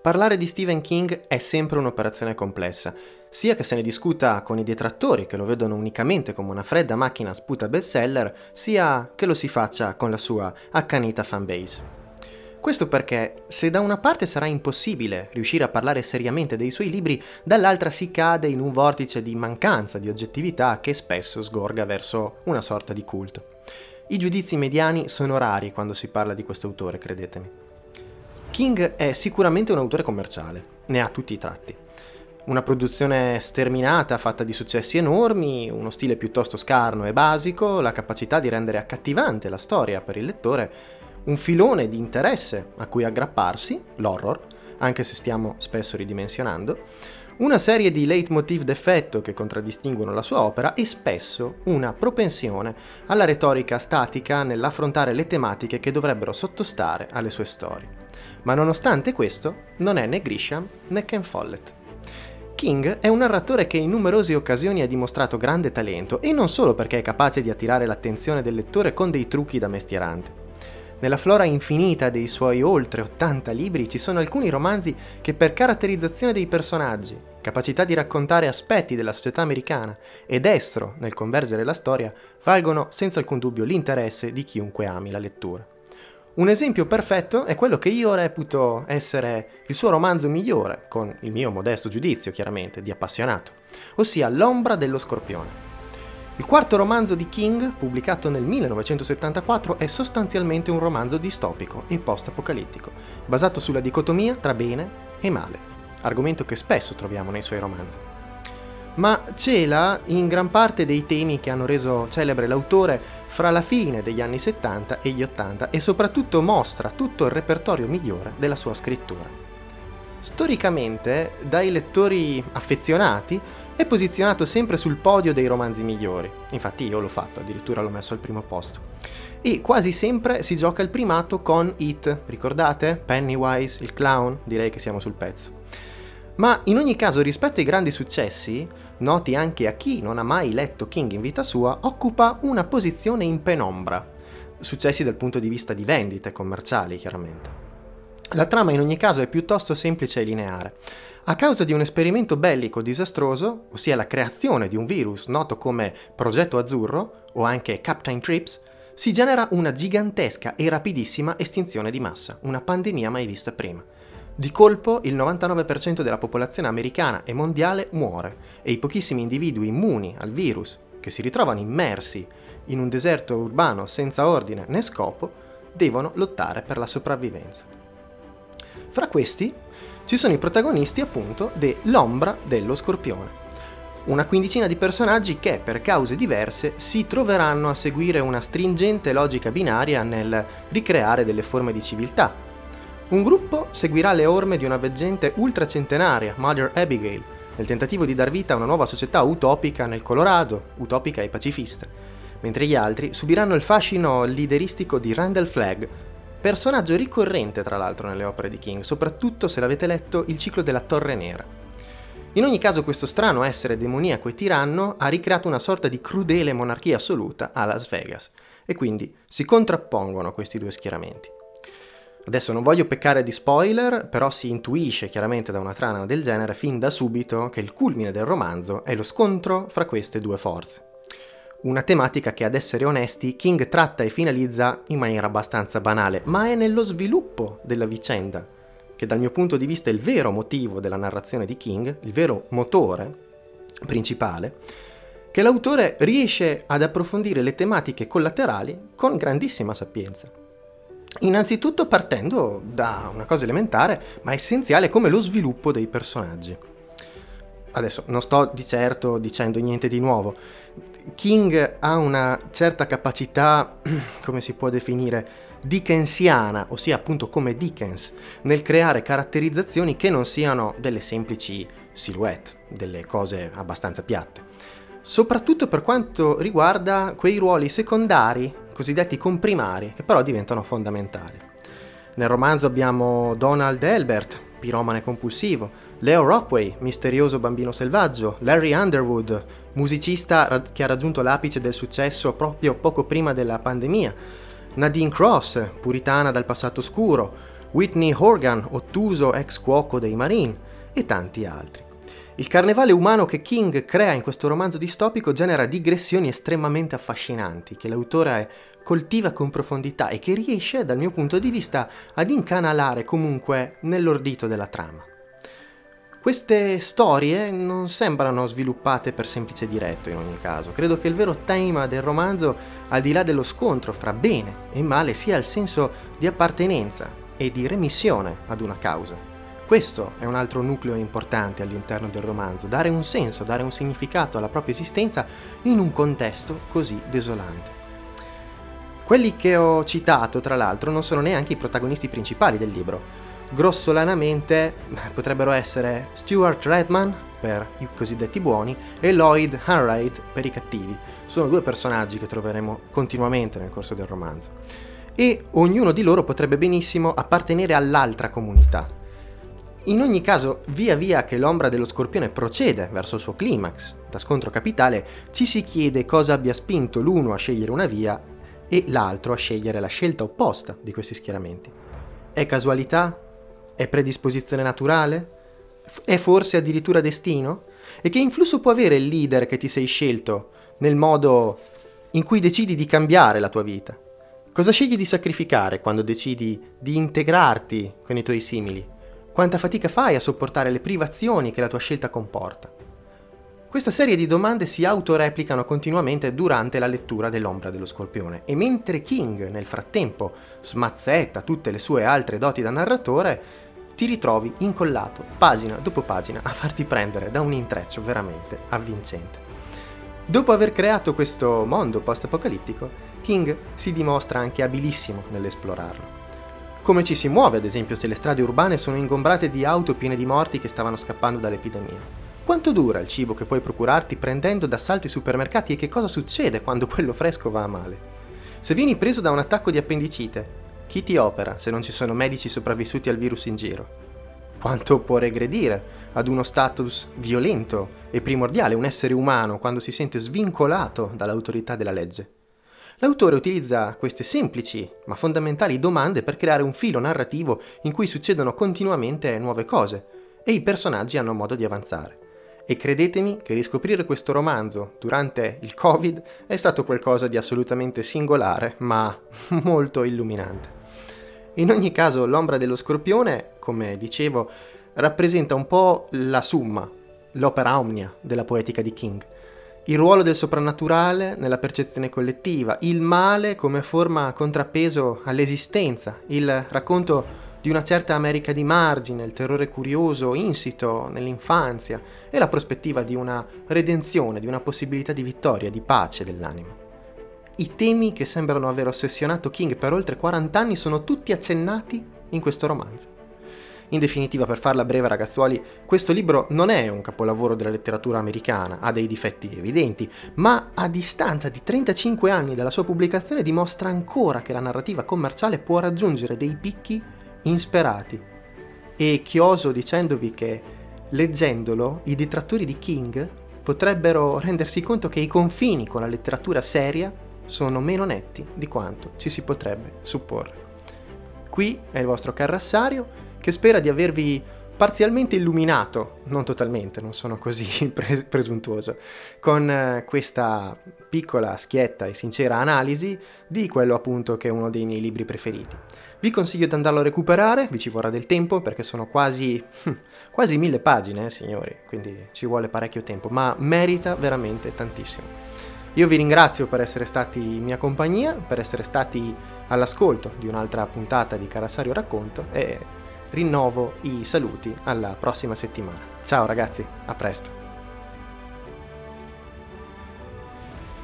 Parlare di Stephen King è sempre un'operazione complessa, sia che se ne discuta con i detrattori che lo vedono unicamente come una fredda macchina sputa bestseller, sia che lo si faccia con la sua accanita fanbase. Questo perché, se da una parte sarà impossibile riuscire a parlare seriamente dei suoi libri, dall'altra si cade in un vortice di mancanza di oggettività che spesso sgorga verso una sorta di culto. I giudizi mediani sono rari quando si parla di questo autore, credetemi. King è sicuramente un autore commerciale, ne ha tutti i tratti. Una produzione sterminata, fatta di successi enormi, uno stile piuttosto scarno e basico, la capacità di rendere accattivante la storia per il lettore, un filone di interesse a cui aggrapparsi, l'horror, anche se stiamo spesso ridimensionando, una serie di leitmotiv d'effetto che contraddistinguono la sua opera e spesso una propensione alla retorica statica nell'affrontare le tematiche che dovrebbero sottostare alle sue storie. Ma nonostante questo, non è né Grisham né Ken Follett. King è un narratore che in numerose occasioni ha dimostrato grande talento, e non solo perché è capace di attirare l'attenzione del lettore con dei trucchi da mestierante. Nella flora infinita dei suoi oltre 80 libri ci sono alcuni romanzi che per caratterizzazione dei personaggi, capacità di raccontare aspetti della società americana e destro nel convergere la storia, valgono senza alcun dubbio l'interesse di chiunque ami la lettura. Un esempio perfetto è quello che io reputo essere il suo romanzo migliore, con il mio modesto giudizio chiaramente di appassionato, ossia L'ombra dello scorpione. Il quarto romanzo di King, pubblicato nel 1974, è sostanzialmente un romanzo distopico e post-apocalittico, basato sulla dicotomia tra bene e male, argomento che spesso troviamo nei suoi romanzi. Ma cela in gran parte dei temi che hanno reso celebre l'autore fra la fine degli anni 70 e gli 80 e soprattutto mostra tutto il repertorio migliore della sua scrittura. Storicamente, dai lettori affezionati, è posizionato sempre sul podio dei romanzi migliori, infatti io l'ho fatto, addirittura l'ho messo al primo posto. E quasi sempre si gioca il primato con It, ricordate? Pennywise, il clown, direi che siamo sul pezzo. Ma in ogni caso, rispetto ai grandi successi, noti anche a chi non ha mai letto King in vita sua, occupa una posizione in penombra, successi dal punto di vista di vendite commerciali chiaramente. La trama in ogni caso è piuttosto semplice e lineare. A causa di un esperimento bellico disastroso, ossia la creazione di un virus noto come Progetto Azzurro o anche Captain Trips, si genera una gigantesca e rapidissima estinzione di massa, una pandemia mai vista prima. Di colpo il 99% della popolazione americana e mondiale muore e i pochissimi individui immuni al virus, che si ritrovano immersi in un deserto urbano senza ordine né scopo, devono lottare per la sopravvivenza. Fra questi ci sono i protagonisti appunto dell'ombra dello scorpione, una quindicina di personaggi che per cause diverse si troveranno a seguire una stringente logica binaria nel ricreare delle forme di civiltà. Un gruppo seguirà le orme di una veggente ultracentenaria, Mother Abigail, nel tentativo di dar vita a una nuova società utopica nel Colorado, utopica e pacifista, mentre gli altri subiranno il fascino lideristico di Randall Flagg, personaggio ricorrente tra l'altro nelle opere di King, soprattutto se l'avete letto il ciclo della Torre Nera. In ogni caso questo strano essere demoniaco e tiranno ha ricreato una sorta di crudele monarchia assoluta a Las Vegas, e quindi si contrappongono questi due schieramenti. Adesso non voglio peccare di spoiler, però si intuisce chiaramente da una trama del genere fin da subito che il culmine del romanzo è lo scontro fra queste due forze. Una tematica che, ad essere onesti, King tratta e finalizza in maniera abbastanza banale, ma è nello sviluppo della vicenda, che dal mio punto di vista è il vero motivo della narrazione di King, il vero motore principale, che l'autore riesce ad approfondire le tematiche collaterali con grandissima sapienza. Innanzitutto partendo da una cosa elementare ma essenziale come lo sviluppo dei personaggi. Adesso non sto di certo dicendo niente di nuovo. King ha una certa capacità, come si può definire, dickensiana, ossia appunto come Dickens, nel creare caratterizzazioni che non siano delle semplici silhouette, delle cose abbastanza piatte. Soprattutto per quanto riguarda quei ruoli secondari, cosiddetti comprimari, che però diventano fondamentali. Nel romanzo abbiamo Donald Elbert, piromane compulsivo, Leo Rockway, misterioso bambino selvaggio, Larry Underwood, musicista che ha raggiunto l'apice del successo proprio poco prima della pandemia, Nadine Cross, puritana dal passato oscuro, Whitney Horgan, ottuso ex cuoco dei Marine, e tanti altri. Il carnevale umano che King crea in questo romanzo distopico genera digressioni estremamente affascinanti che l'autore coltiva con profondità e che riesce, dal mio punto di vista, ad incanalare comunque nell'ordito della trama. Queste storie non sembrano sviluppate per semplice diretto in ogni caso. Credo che il vero tema del romanzo, al di là dello scontro fra bene e male, sia il senso di appartenenza e di remissione ad una causa. Questo è un altro nucleo importante all'interno del romanzo, dare un senso, dare un significato alla propria esistenza in un contesto così desolante. Quelli che ho citato, tra l'altro, non sono neanche i protagonisti principali del libro. Grossolanamente potrebbero essere Stuart Redman per i cosiddetti buoni e Lloyd Hanraid per i cattivi. Sono due personaggi che troveremo continuamente nel corso del romanzo. E ognuno di loro potrebbe benissimo appartenere all'altra comunità. In ogni caso, via via che l'ombra dello Scorpione procede verso il suo climax, da scontro capitale, ci si chiede cosa abbia spinto l'uno a scegliere una via e l'altro a scegliere la scelta opposta di questi schieramenti. È casualità? È predisposizione naturale? È forse addirittura destino? E che influsso può avere il leader che ti sei scelto nel modo in cui decidi di cambiare la tua vita? Cosa scegli di sacrificare quando decidi di integrarti con i tuoi simili? Quanta fatica fai a sopportare le privazioni che la tua scelta comporta? Questa serie di domande si autoreplicano continuamente durante la lettura dell'Ombra dello Scorpione e mentre King nel frattempo smazzetta tutte le sue altre doti da narratore, ti ritrovi incollato pagina dopo pagina a farti prendere da un intreccio veramente avvincente. Dopo aver creato questo mondo post-apocalittico, King si dimostra anche abilissimo nell'esplorarlo. Come ci si muove, ad esempio, se le strade urbane sono ingombrate di auto piene di morti che stavano scappando dall'epidemia? Quanto dura il cibo che puoi procurarti prendendo d'assalto i supermercati e che cosa succede quando quello fresco va a male? Se vieni preso da un attacco di appendicite, chi ti opera se non ci sono medici sopravvissuti al virus in giro? Quanto può regredire ad uno status violento e primordiale un essere umano quando si sente svincolato dall'autorità della legge? L'autore utilizza queste semplici ma fondamentali domande per creare un filo narrativo in cui succedono continuamente nuove cose e i personaggi hanno modo di avanzare. E credetemi che riscoprire questo romanzo durante il Covid è stato qualcosa di assolutamente singolare, ma molto illuminante. In ogni caso, l'Ombra dello Scorpione, come dicevo, rappresenta un po' la summa, l'opera omnia della poetica di King. Il ruolo del soprannaturale nella percezione collettiva, il male come forma contrappeso all'esistenza, il racconto di una certa America di margine, il terrore curioso insito nell'infanzia e la prospettiva di una redenzione, di una possibilità di vittoria, di pace dell'anima. I temi che sembrano aver ossessionato King per oltre 40 anni sono tutti accennati in questo romanzo. In definitiva, per farla breve ragazzuoli, questo libro non è un capolavoro della letteratura americana, ha dei difetti evidenti, ma a distanza di 35 anni dalla sua pubblicazione dimostra ancora che la narrativa commerciale può raggiungere dei picchi insperati. E chioso dicendovi che, leggendolo, i detrattori di King potrebbero rendersi conto che i confini con la letteratura seria sono meno netti di quanto ci si potrebbe supporre. Qui è il vostro Carrassario, che spera di avervi parzialmente illuminato, non totalmente, non sono così presuntuoso, con questa piccola, schietta e sincera analisi di quello appunto che è uno dei miei libri preferiti. Vi consiglio di andarlo a recuperare, vi ci vorrà del tempo perché sono quasi 1000 pagine, signori, quindi ci vuole parecchio tempo, ma merita veramente tantissimo. Io vi ringrazio per essere stati in mia compagnia, per essere stati all'ascolto di un'altra puntata di Carrassario Racconto e rinnovo i saluti alla prossima settimana. Ciao ragazzi, a presto!